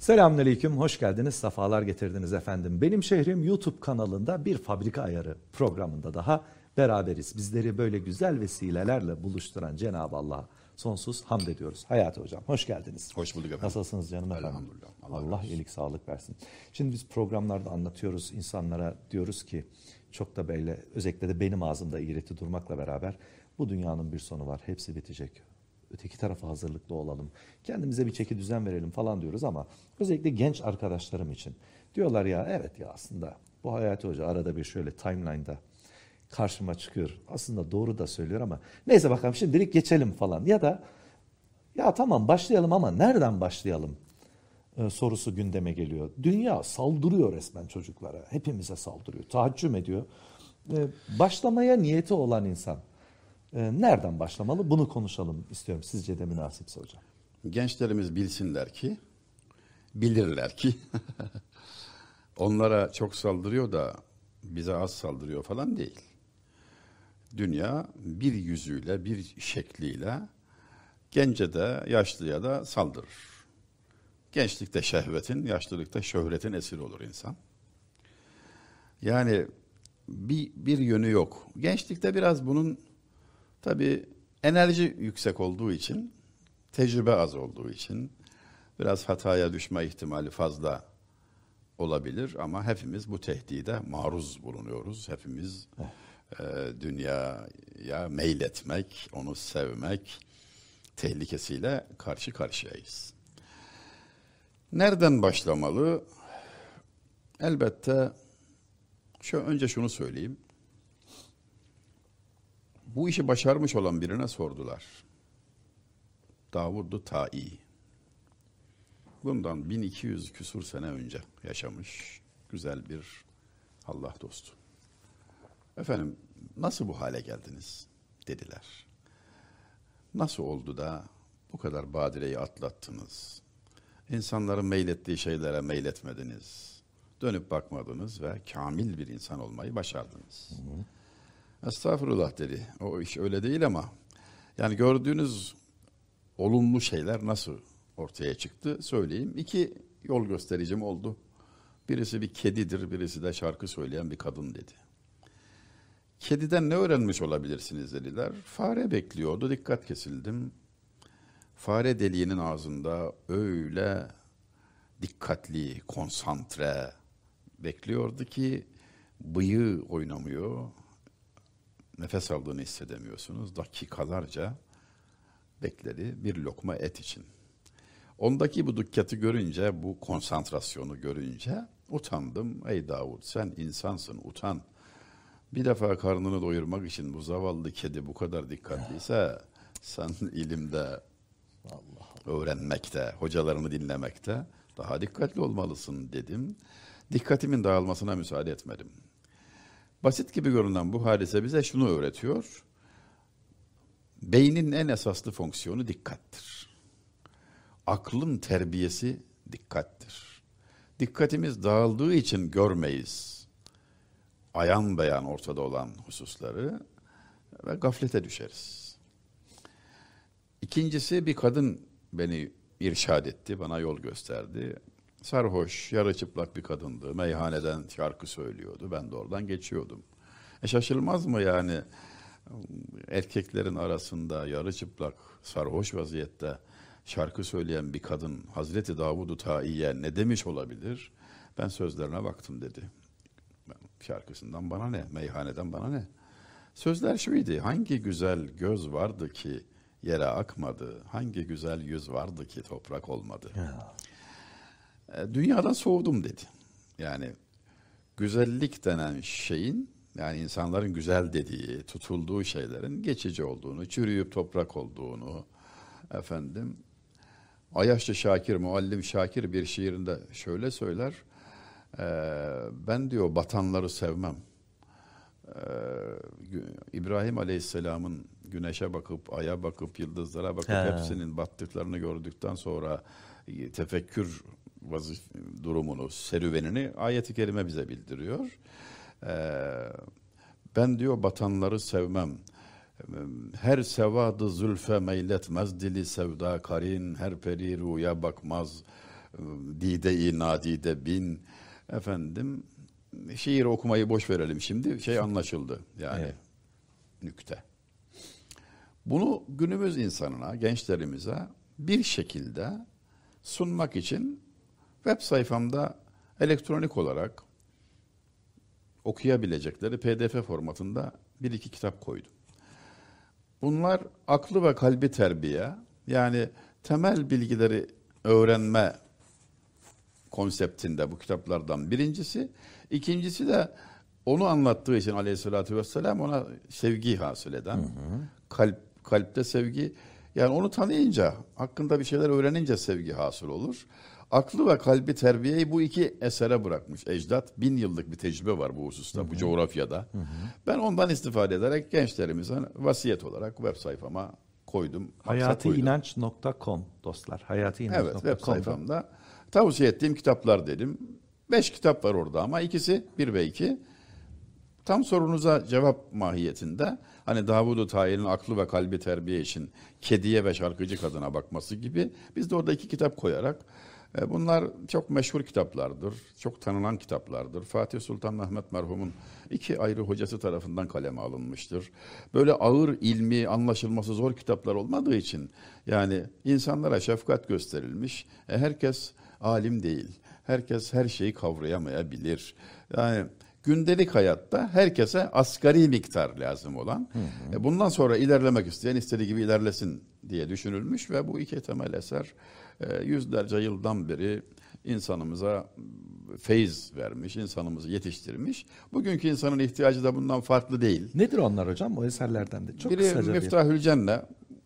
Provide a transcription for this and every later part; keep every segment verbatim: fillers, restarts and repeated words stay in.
Selamünaleyküm, hoş geldiniz, sefalar getirdiniz efendim. Benim Şehrim YouTube kanalında bir fabrika ayarı programında daha beraberiz. Bizleri böyle güzel vesilelerle buluşturan Cenab-ı Allah'a sonsuz hamd ediyoruz. Hayati Hocam, hoş geldiniz. Hoş bulduk efendim. Nasılsınız canım efendim? Elhamdülillah. Allah, Allah iyilik, sağlık versin. Şimdi biz programlarda anlatıyoruz insanlara, diyoruz ki çok da böyle, özellikle de benim ağzımda iğreti durmakla beraber bu dünyanın bir sonu var, hepsi bitecek. Öteki tarafa hazırlıklı olalım. Kendimize bir çeki düzen verelim falan diyoruz ama özellikle genç arkadaşlarım için diyorlar ya, evet ya aslında bu Hayati Hoca arada bir şöyle timeline'da karşıma çıkıyor. Aslında doğru da söylüyor ama neyse bakalım şimdilik geçelim falan. Ya da ya tamam başlayalım ama nereden başlayalım ee, sorusu gündeme geliyor. Dünya saldırıyor resmen çocuklara. Hepimize saldırıyor. Tahaccüm ediyor. Ee, başlamaya niyeti olan insan Ee, nereden başlamalı? Bunu konuşalım istiyorum. Sizce de münasipse hocam. Gençlerimiz bilsinler ki, bilirler ki onlara çok saldırıyor da bize az saldırıyor falan değil. Dünya bir yüzüyle, bir şekliyle gence de yaşlıya da saldırır. Gençlikte şehvetin, yaşlılıkta şöhretin esiri olur insan. Yani bir, bir yönü yok. Gençlikte biraz bunun tabii enerji yüksek olduğu için, tecrübe az olduğu için biraz hataya düşme ihtimali fazla olabilir ama hepimiz bu tehdide maruz bulunuyoruz. Hepimiz e, dünyaya meyletmek, onu sevmek tehlikesiyle karşı karşıyayız. Nereden başlamalı? Elbette şu önce şunu söyleyeyim. Bu işi başarmış olan birine sordular. Davud-u Ta'i. Bundan bin iki yüz küsur sene önce yaşamış güzel bir Allah dostu. Efendim nasıl bu hale geldiniz dediler. Nasıl oldu da bu kadar badireyi atlattınız? İnsanların meylettiği şeylere meyletmediniz. Dönüp bakmadınız ve kamil bir insan olmayı başardınız. Hı hı. Estağfurullah dedi. O iş öyle değil ama yani gördüğünüz olumlu şeyler nasıl ortaya çıktı söyleyeyim. İki yol göstericim oldu. Birisi bir kedidir, birisi de şarkı söyleyen bir kadın dedi. Kediden ne öğrenmiş olabilirsiniz dediler. Fare bekliyordu, dikkat kesildim. Fare deliğinin ağzında öyle dikkatli, konsantre bekliyordu ki bıyığı oynamıyor. Nefes aldığını hissedemiyorsunuz. Dakikalarca bekledi bir lokma et için. Ondaki bu dikkati görünce, bu konsantrasyonu görünce utandım. Ey Davud sen insansın, utan. Bir defa karnını doyurmak için bu zavallı kedi bu kadar dikkatliyse sen ilimde, Allah, öğrenmekte, hocalarını dinlemekte daha dikkatli olmalısın dedim. Dikkatimin dağılmasına müsaade etmedim. Basit gibi görünen bu hadise bize şunu öğretiyor. Beynin en esaslı fonksiyonu dikkattir. Aklın terbiyesi dikkattir. Dikkatimiz dağıldığı için görmeyiz ayan beyan ortada olan hususları ve gaflete düşeriz. İkincisi bir kadın beni irşad etti, bana yol gösterdi. Sarhoş, yarı çıplak bir kadındı. Meyhaneden şarkı söylüyordu. Ben de oradan geçiyordum. E şaşılmaz mı yani erkeklerin arasında yarı çıplak, sarhoş vaziyette şarkı söyleyen bir kadın Hazreti Davud-u Ta'i'ye ne demiş olabilir? Ben sözlerine baktım dedi. Ben, şarkısından bana ne, meyhaneden bana ne? Sözler şuydu, hangi güzel göz vardı ki yere akmadı, hangi güzel yüz vardı ki toprak olmadı. Ya. Dünyadan soğudum dedi. Yani güzellik denen şeyin, yani insanların güzel dediği, tutulduğu şeylerin geçici olduğunu, çürüyüp toprak olduğunu, efendim, Ayaşlı Şakir, Muallim Şakir bir şiirinde şöyle söyler, e, ben diyor batanları sevmem. E, İbrahim Aleyhisselam'ın güneşe bakıp, aya bakıp, yıldızlara bakıp He. hepsinin battıklarını gördükten sonra tefekkür vazif durumunu, serüvenini ayet-i kerime bize bildiriyor. Ee, ben diyor batanları sevmem. Her sevadı zülfe meyletmez dili sevda karin, her peri ruya bakmaz. Dide-i nadide bin. Efendim şiir okumayı boş verelim şimdi. Şey anlaşıldı yani Evet. nükte. Bunu günümüz insanına, gençlerimize bir şekilde sunmak için web sayfamda elektronik olarak okuyabilecekleri P D F formatında bir iki kitap koydum. Bunlar aklı ve kalbi terbiye, yani temel bilgileri öğrenme konseptinde bu kitaplardan birincisi. İkincisi de onu anlattığı için aleyhissalatü vesselam ona sevgi hasıl eden, hı hı. kalp kalpte sevgi, yani onu tanıyınca, hakkında bir şeyler öğrenince sevgi hasıl olur. Aklı ve kalbi terbiyeyi bu iki esere bırakmış ecdat. Bin yıllık bir tecrübe var bu hususta, hı hı. bu coğrafyada. Hı hı. Ben ondan istifade ederek gençlerimize vasiyet olarak web sayfama koydum. hayatiinanç nokta com dostlar. hayatiinanç nokta com'da. Evet, web sayfamda tavsiye ettiğim kitaplar dedim. Beş kitap var orada ama ikisi bir ve iki. Tam sorunuza cevap mahiyetinde, hani Davud-u Tayil'in aklı ve kalbi terbiye için kediye ve şarkıcı kadına bakması gibi, biz de orada iki kitap koyarak, e, bunlar çok meşhur kitaplardır, çok tanınan kitaplardır. Fatih Sultan Mehmet merhumun iki ayrı hocası tarafından kaleme alınmıştır. Böyle ağır, ilmi, anlaşılması zor kitaplar olmadığı için, yani insanlara şefkat gösterilmiş. E, herkes alim değil, herkes her şeyi kavrayamayabilir. Yani gündelik hayatta herkese asgari miktar lazım olan, hı hı. bundan sonra ilerlemek isteyen istediği gibi ilerlesin diye düşünülmüş ve bu iki temel eser yüzlerce yıldan beri insanımıza feyiz vermiş, insanımızı yetiştirmiş. Bugünkü insanın ihtiyacı da bundan farklı değil. Nedir onlar hocam, o eserlerden de? Çok Biri kısaca Miftahül Cenne,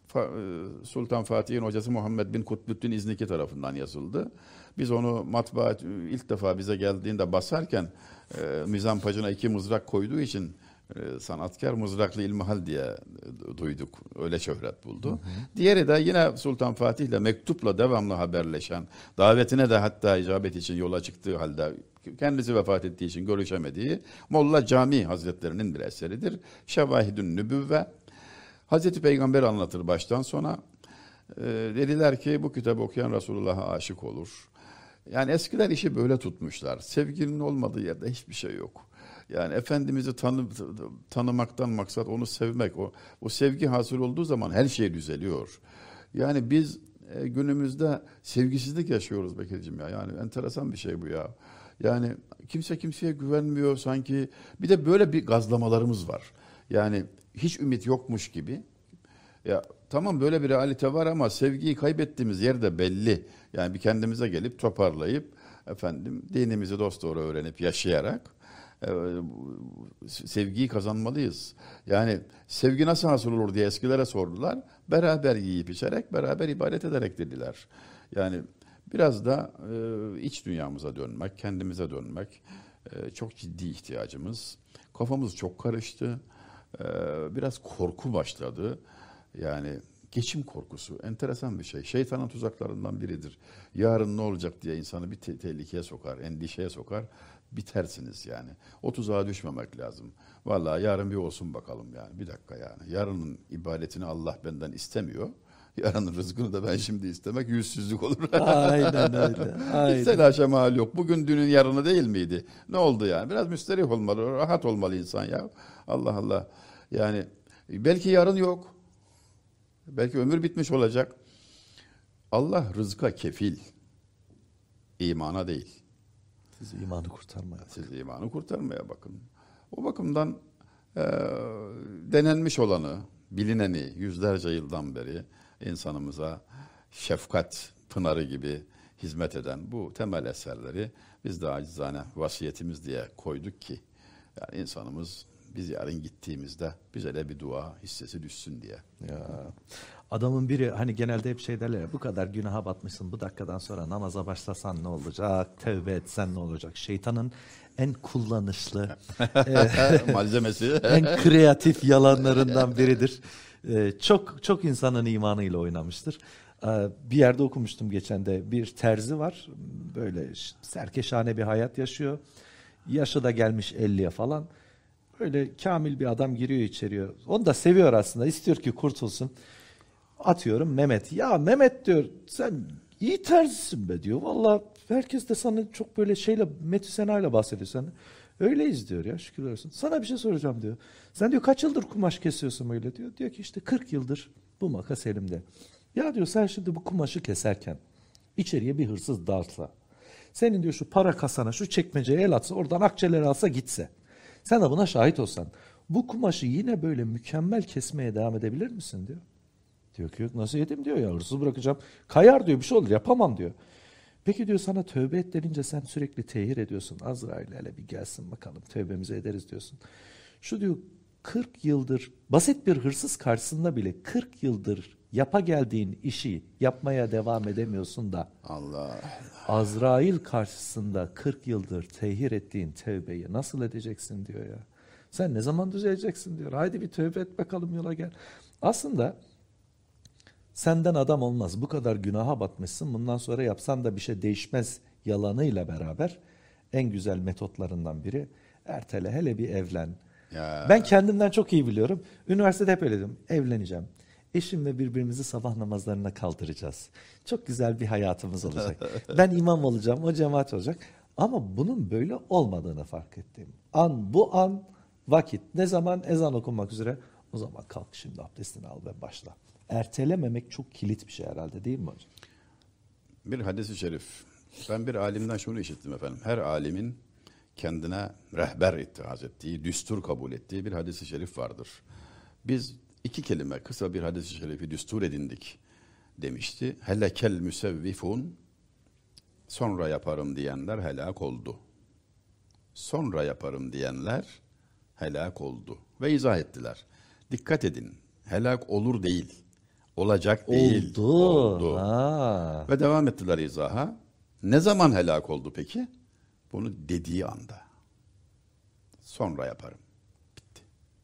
Sultan Fatih'in hocası Muhammed bin Kutbüddin İzniki tarafından yazıldı. Biz onu matbaa ilk defa bize geldiğinde basarken e, mizampacına iki mızrak koyduğu için e, sanatkar mızraklı ilmihal diye e, duyduk. Öyle şöhret buldu. Hı hı. Diğeri de yine Sultan Fatih ile mektupla devamlı haberleşen, davetine de hatta icabet için yola çıktığı halde kendisi vefat ettiği için görüşemediği Molla Cami Hazretlerinin bir eseridir. Şevahidün Nübüvve. Hazreti Peygamber anlatır baştan sona. E, dediler ki bu kitabı okuyan Resulullah'a aşık olur. Yani eskiler işi böyle tutmuşlar. Sevginin olmadığı yerde hiçbir şey yok. Yani Efendimiz'i tanı, tanımaktan maksat onu sevmek. O, o sevgi hasıl olduğu zaman her şey düzeliyor. Yani biz e, günümüzde sevgisizlik yaşıyoruz Bekir'cim ya. Yani enteresan bir şey bu ya. Yani kimse kimseye güvenmiyor sanki. Bir de böyle bir gazlamalarımız var. Yani hiç ümit yokmuş gibi. Ya tamam, böyle bir realite var ama sevgiyi kaybettiğimiz yer de belli. Yani bir kendimize gelip toparlayıp efendim dinimizi dosdoğru öğrenip yaşayarak e, sevgiyi kazanmalıyız. Yani sevgi nasıl hasıl olur diye eskilere sordular. Beraber yiyip içerek, beraber ibadet ederek dediler. Yani biraz da e, iç dünyamıza dönmek, kendimize dönmek e, çok ciddi ihtiyacımız. Kafamız çok karıştı. E, biraz korku başladı. Yani geçim korkusu enteresan bir şey. Şeytanın tuzaklarından biridir. Yarın ne olacak diye insanı bir te- tehlikeye sokar, endişeye sokar. Bitersiniz yani. O tuzağa düşmemek lazım. Vallahi yarın bir olsun bakalım yani. Bir dakika yani. Yarının ibadetini Allah benden istemiyor. Yarının rızkını da ben şimdi istemek yüzsüzlük olur. Aynen öyle. Aynen. Hiç telaşa mal yok. Bugün dünün yarını değil miydi? Ne oldu yani? Biraz müsterih olmalı, rahat olmalı insan ya. Allah Allah. Yani belki yarın yok. Belki ömür bitmiş olacak. Allah rızka kefil. İmana değil. Siz imanı kurtarmaya bakın. Siz imanı kurtarmaya bakın. O bakımdan e, denenmiş olanı, bilineni yüzlerce yıldan beri insanımıza şefkat pınarı gibi hizmet eden bu temel eserleri biz de acizane vasiyetimiz diye koyduk ki yani insanımız biz yarın gittiğimizde bize de bir dua hissesi düşsün diye. Ya. Adamın biri hani genelde hep şey derler ya, bu kadar günaha batmışsın, bu dakikadan sonra namaza başlasan ne olacak, tevbe etsen ne olacak? Şeytanın en kullanışlı e, malzemesi, en kreatif yalanlarından biridir. E, çok çok insanın imanıyla oynamıştır. E, bir yerde okumuştum geçen de, bir terzi var, böyle serkeşane bir hayat yaşıyor. Yaşı da gelmiş elliye falan. Böyle kamil bir adam giriyor içeriye. Onu da seviyor aslında. İstiyor ki kurtulsun. Atıyorum Mehmet. Ya Mehmet diyor, sen İyi terzisin be diyor. Vallahi herkes de sana çok böyle şeyle Metü Sena'yla bahsediyor sen. Öyleyiz diyor ya, şükürler olsun. Sana bir şey soracağım diyor. Sen diyor kaç yıldır kumaş kesiyorsun öyle diyor. Diyor ki işte kırk yıldır bu makas elimde. Ya diyor sen şimdi bu kumaşı keserken içeriye bir hırsız dalsa, senin diyor şu para kasana, şu çekmeceye el atsa, oradan akçeleri alsa gitse, sen de buna şahit olsan, bu kumaşı yine böyle mükemmel kesmeye devam edebilir misin diyor. Diyor ki yok, nasıl yedim diyor ya, hırsız bırakacağım. Kayar diyor, bir şey olur, yapamam diyor. Peki diyor, sana tövbe et denince sen sürekli tehir ediyorsun. Azrail hele bir gelsin bakalım, tövbemizi ederiz diyorsun. Şu diyor kırk yıldır basit bir hırsız karşısında bile kırk yıldır yapa geldiğin işi yapmaya devam edemiyorsun da Allah. Azrail karşısında kırk yıldır tehir ettiğin tövbeyi nasıl edeceksin diyor ya. Sen ne zaman düzeleceksin diyor. Haydi bir tövbe et bakalım, yola gel. Aslında senden adam olmaz. Bu kadar günaha batmışsın. Bundan sonra yapsan da bir şey değişmez yalanıyla beraber en güzel metotlarından biri ertele, hele bir evlen. Ya. Ben kendimden çok iyi biliyorum. Üniversitede hep öyle dedim. Evleneceğim. Eşimle birbirimizi sabah namazlarına kaldıracağız. Çok güzel bir hayatımız olacak. Ben imam olacağım, o cemaat olacak. Ama bunun böyle olmadığını fark ettim. An bu an, vakit ne zaman ezan okunmak üzere, o zaman kalk şimdi abdestini al ve başla. Ertelememek çok kilit bir şey herhalde, değil mi hocam? Bir hadis-i şerif. Ben bir alimden şunu işittim efendim. Her alimin kendine rehber ittihaz ettiği, düstur kabul ettiği bir hadis-i şerif vardır. Biz iki kelime, kısa bir hadis-i şerifi düstur edindik demişti. Helekel müsevvifun, sonra yaparım diyenler helak oldu. Sonra yaparım diyenler helak oldu. Ve izah ettiler. Dikkat edin, helak olur değil, olacak değil. Oldu. Oldu. Ha. Ve devam ettiler izaha. Ne zaman helak oldu peki? Bunu dediği anda. Sonra yaparım. Bitti.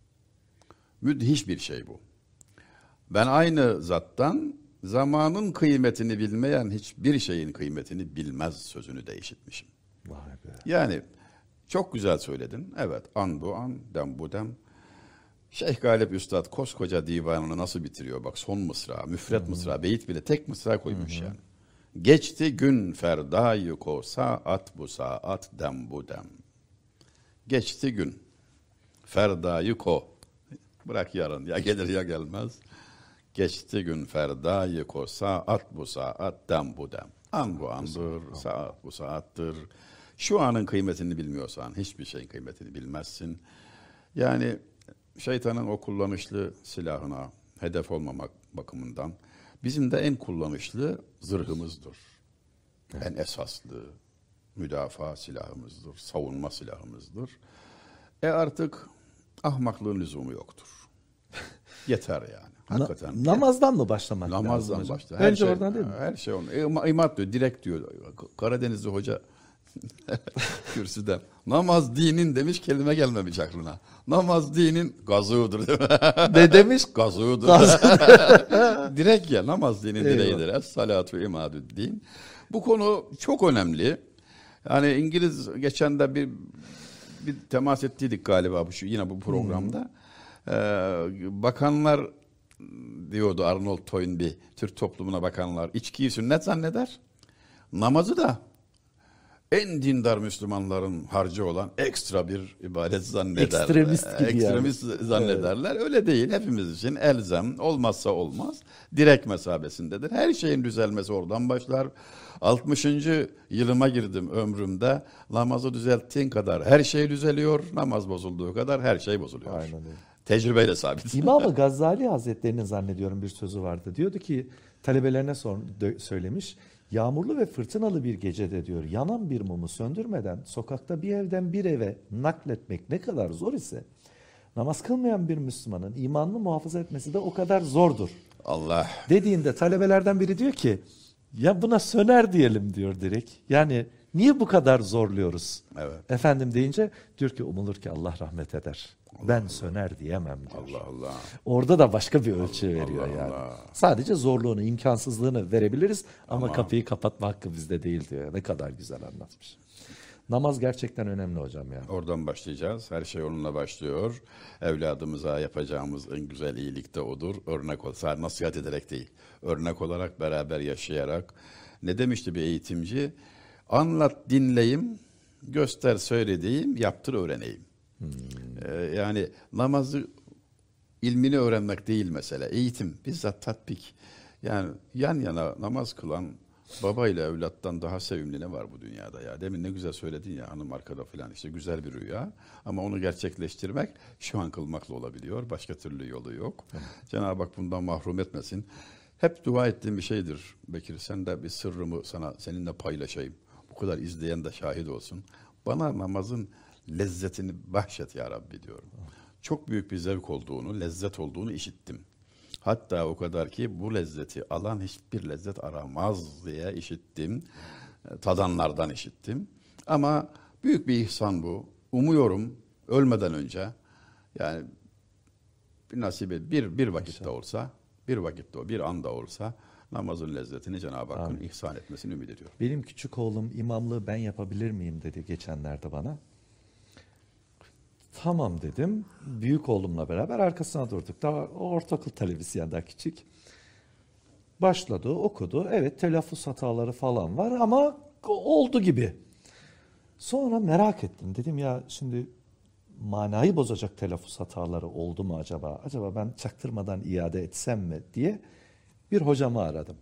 Müthiş bir şey bu. Ben aynı zattan zamanın kıymetini bilmeyen hiçbir şeyin kıymetini bilmez sözünü de işitmişim. Vay be. Yani çok güzel söyledin. Evet, an bu an, dem bu dem. Şeyh Galip Üstad koskoca divanını nasıl bitiriyor? Bak, son mısra, müfret mısra, beyit bile tek mısra koymuş yani. Geçti gün ferdayı ko saat bu saat dem bu dem. Geçti gün ferdayı ko. Bırak yarın, ya gelir ya gelmez. Geçti gün ferdayı ko saat bu saat dem bu dem. An bu andır, saat bu saattir. Şu anın kıymetini bilmiyorsan hiçbir şeyin kıymetini bilmezsin. Yani şeytanın o kullanışlı silahına hedef olmamak bakımından bizim de en kullanışlı zırhımızdır. Evet. En esaslı müdafaa silahımızdır, savunma silahımızdır. E artık ahmaklığın lüzumu yoktur. Yeter yani. Hakikaten. Na, namazdan mı başlamak namazdan lazım başla. hocam? Önce şey, oradan değil mi? Her şey onu. E, imat diyor, direkt diyor. Karadenizli hoca kürsüden. Namaz dinin demiş, kelime gelmemiş aklına. Namaz dinin gazıdır. Ne demiş? Gazıdır. Direkt ya, namaz dinin direğidir. Es-salatu imadü'd-din. Bu konu çok önemli. Yani İngiliz geçen de bir bir temas ettiydik galiba bu şu yine bu programda. Hmm. Ee, bakanlar diyordu Arnold Toynbee, Türk toplumuna bakanlar içkiyi sünnet zanneder. Namazı da en dindar Müslümanların harcı olan ekstra bir ibadet zanneder. Ekstremist gibi Ekstremist yani. zannederler. Evet. Öyle değil. Hepimiz için elzem, olmazsa olmaz. Direkt mesabesindedir. Her şeyin düzelmesi oradan başlar. altmışıncı yılıma girdim ömrümde. Namazı düzelttiğin kadar her şey düzeliyor. Namaz bozulduğu kadar her şey bozuluyor. Aynen öyle. Tecrübeyle sabit. İmam-ı Gazali Hazretleri'nin zannediyorum bir sözü vardı. Diyordu ki, talebelerine sor, söylemiş. Yağmurlu ve fırtınalı bir gecede diyor, yanan bir mumu söndürmeden sokakta bir evden bir eve nakletmek ne kadar zor ise, namaz kılmayan bir Müslümanın imanını muhafaza etmesi de o kadar zordur. Allah. Dediğinde talebelerden biri diyor ki, ya buna söner diyelim diyor direkt. Yani niye bu kadar zorluyoruz? Evet. Efendim deyince diyor ki, umulur ki Allah rahmet eder. Allah ben Allah. söner diyemem diyor. Allah Allah. Orada da başka bir ölçü veriyor Allah yani. Allah. Sadece zorluğunu, imkansızlığını verebiliriz ama tamam. kapıyı kapatma hakkı bizde değil diyor. Ne kadar güzel anlatmış. Namaz gerçekten önemli hocam ya. Oradan başlayacağız. Her şey onunla başlıyor. Evladımıza yapacağımız en güzel iyilik de odur. Örnek ol. Sadece nasihat ederek değil. Örnek olarak, beraber yaşayarak, Ne demişti bir eğitimci? Anlat dinleyeyim, göster söylediğim, yaptır öğreneyim. Hmm. Ee, yani namazı ilmini öğrenmek değil mesele. Eğitim, bizzat tatbik. Yani yan yana namaz kılan baba ile evlattan daha sevimli ne var bu dünyada ya? Demin ne güzel söyledin ya, hanım arkada falan, işte güzel bir rüya. Ama onu gerçekleştirmek şu an kılmakla olabiliyor. Başka türlü yolu yok. Hı. Cenab-ı Hak bundan mahrum etmesin. Hep dua ettiğim bir şeydir Bekir. Sen de bir sırrımı sana seninle paylaşayım. Bu kadar izleyen de şahit olsun. Bana namazın lezzetini bahşet ya Rabbi diyorum. Hı. Çok büyük bir zevk olduğunu, lezzet olduğunu işittim. Hatta o kadar ki bu lezzeti alan hiçbir lezzet aramaz diye işittim. Tadanlardan işittim. Ama büyük bir ihsan bu. Umuyorum ölmeden önce, yani bir nasibe bir, bir vakitte olsa, bir vakitte, bir anda olsa namazın lezzetini Cenab-ı Hakk'ın ihsan etmesini ümit ediyorum. Benim küçük oğlum imamlığı ben yapabilir miyim dedi geçenlerde bana. Tamam dedim. Büyük oğlumla beraber arkasına durduk. Daha ortaokul talebesi, yani daha küçük. Başladı, okudu. Evet, telaffuz hataları falan var ama oldu gibi. Sonra merak ettim. Dedim ya, şimdi manayı bozacak telaffuz hataları oldu mu acaba? Acaba ben çaktırmadan iade etsem mi diye bir hocamı aradım.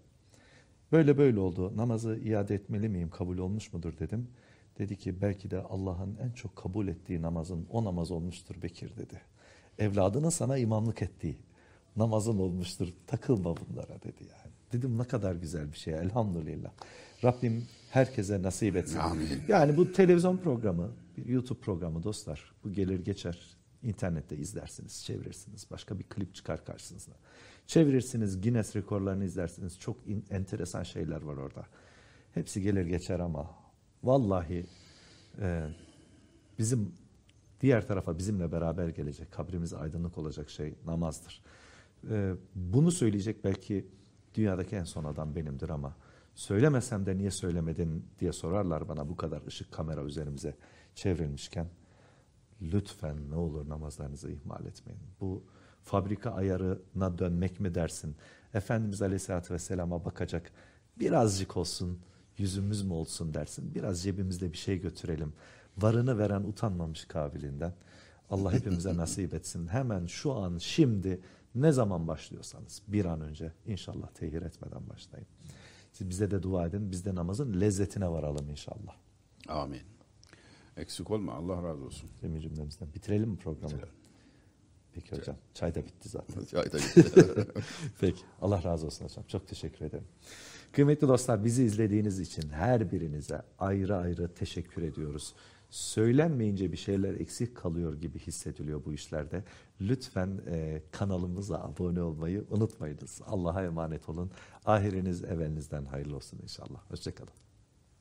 Böyle böyle oldu. Namazı iade etmeli miyim? Kabul olmuş mudur dedim. Dedi ki belki de Allah'ın en çok kabul ettiği namazın o namaz olmuştur Bekir dedi. Evladının sana imamlık ettiği namazın olmuştur. Takılma bunlara dedi yani. Dedim ne kadar güzel bir şey, elhamdülillah. Rabbim herkese nasip etsin. Amin. Yani bu televizyon programı, bir YouTube programı dostlar. Bu gelir geçer. İnternette izlersiniz, çevirirsiniz. Başka bir klip çıkar karşınıza. Çevirirsiniz, Guinness rekorlarını izlersiniz. Çok in, enteresan şeyler var orada. Hepsi gelir geçer ama vallahi e, bizim diğer tarafa bizimle beraber gelecek, kabrimiz aydınlık olacak şey namazdır. E, bunu söyleyecek belki dünyadaki en son adam benimdir ama söylemesem de niye söylemedin diye sorarlar bana, bu kadar ışık kamera üzerimize çevrilmişken. Lütfen ne olur namazlarınızı ihmal etmeyin. Bu fabrika ayarına dönmek mi dersin? Efendimiz Aleyhisselatü Vesselam'a bakacak birazcık olsun yüzümüz mü olsun dersin. Biraz cebimizde bir şey götürelim. Varını veren utanmamış kabilinden. Allah hepimize nasip etsin. Hemen şu an, şimdi, ne zaman başlıyorsanız bir an önce inşallah tehir etmeden başlayın. Siz bize de dua edin. Biz de namazın lezzetine varalım inşallah. Amin. Eksik olma. Allah razı olsun. Cemil cümlemizden. Bitirelim mi programı? Bitirelim. Peki hocam. Çay da bitti zaten. Çay da bitti. Peki. Allah razı olsun hocam. Çok teşekkür ederim. Kıymetli dostlar, bizi izlediğiniz için her birinize ayrı ayrı teşekkür ediyoruz. Söylenmeyince bir şeyler eksik kalıyor gibi hissediliyor bu işlerde. Lütfen e, kanalımıza abone olmayı unutmayınız. Allah'a emanet olun. Ahiriniz evvelinizden hayırlı olsun inşallah. Hoşça kalın.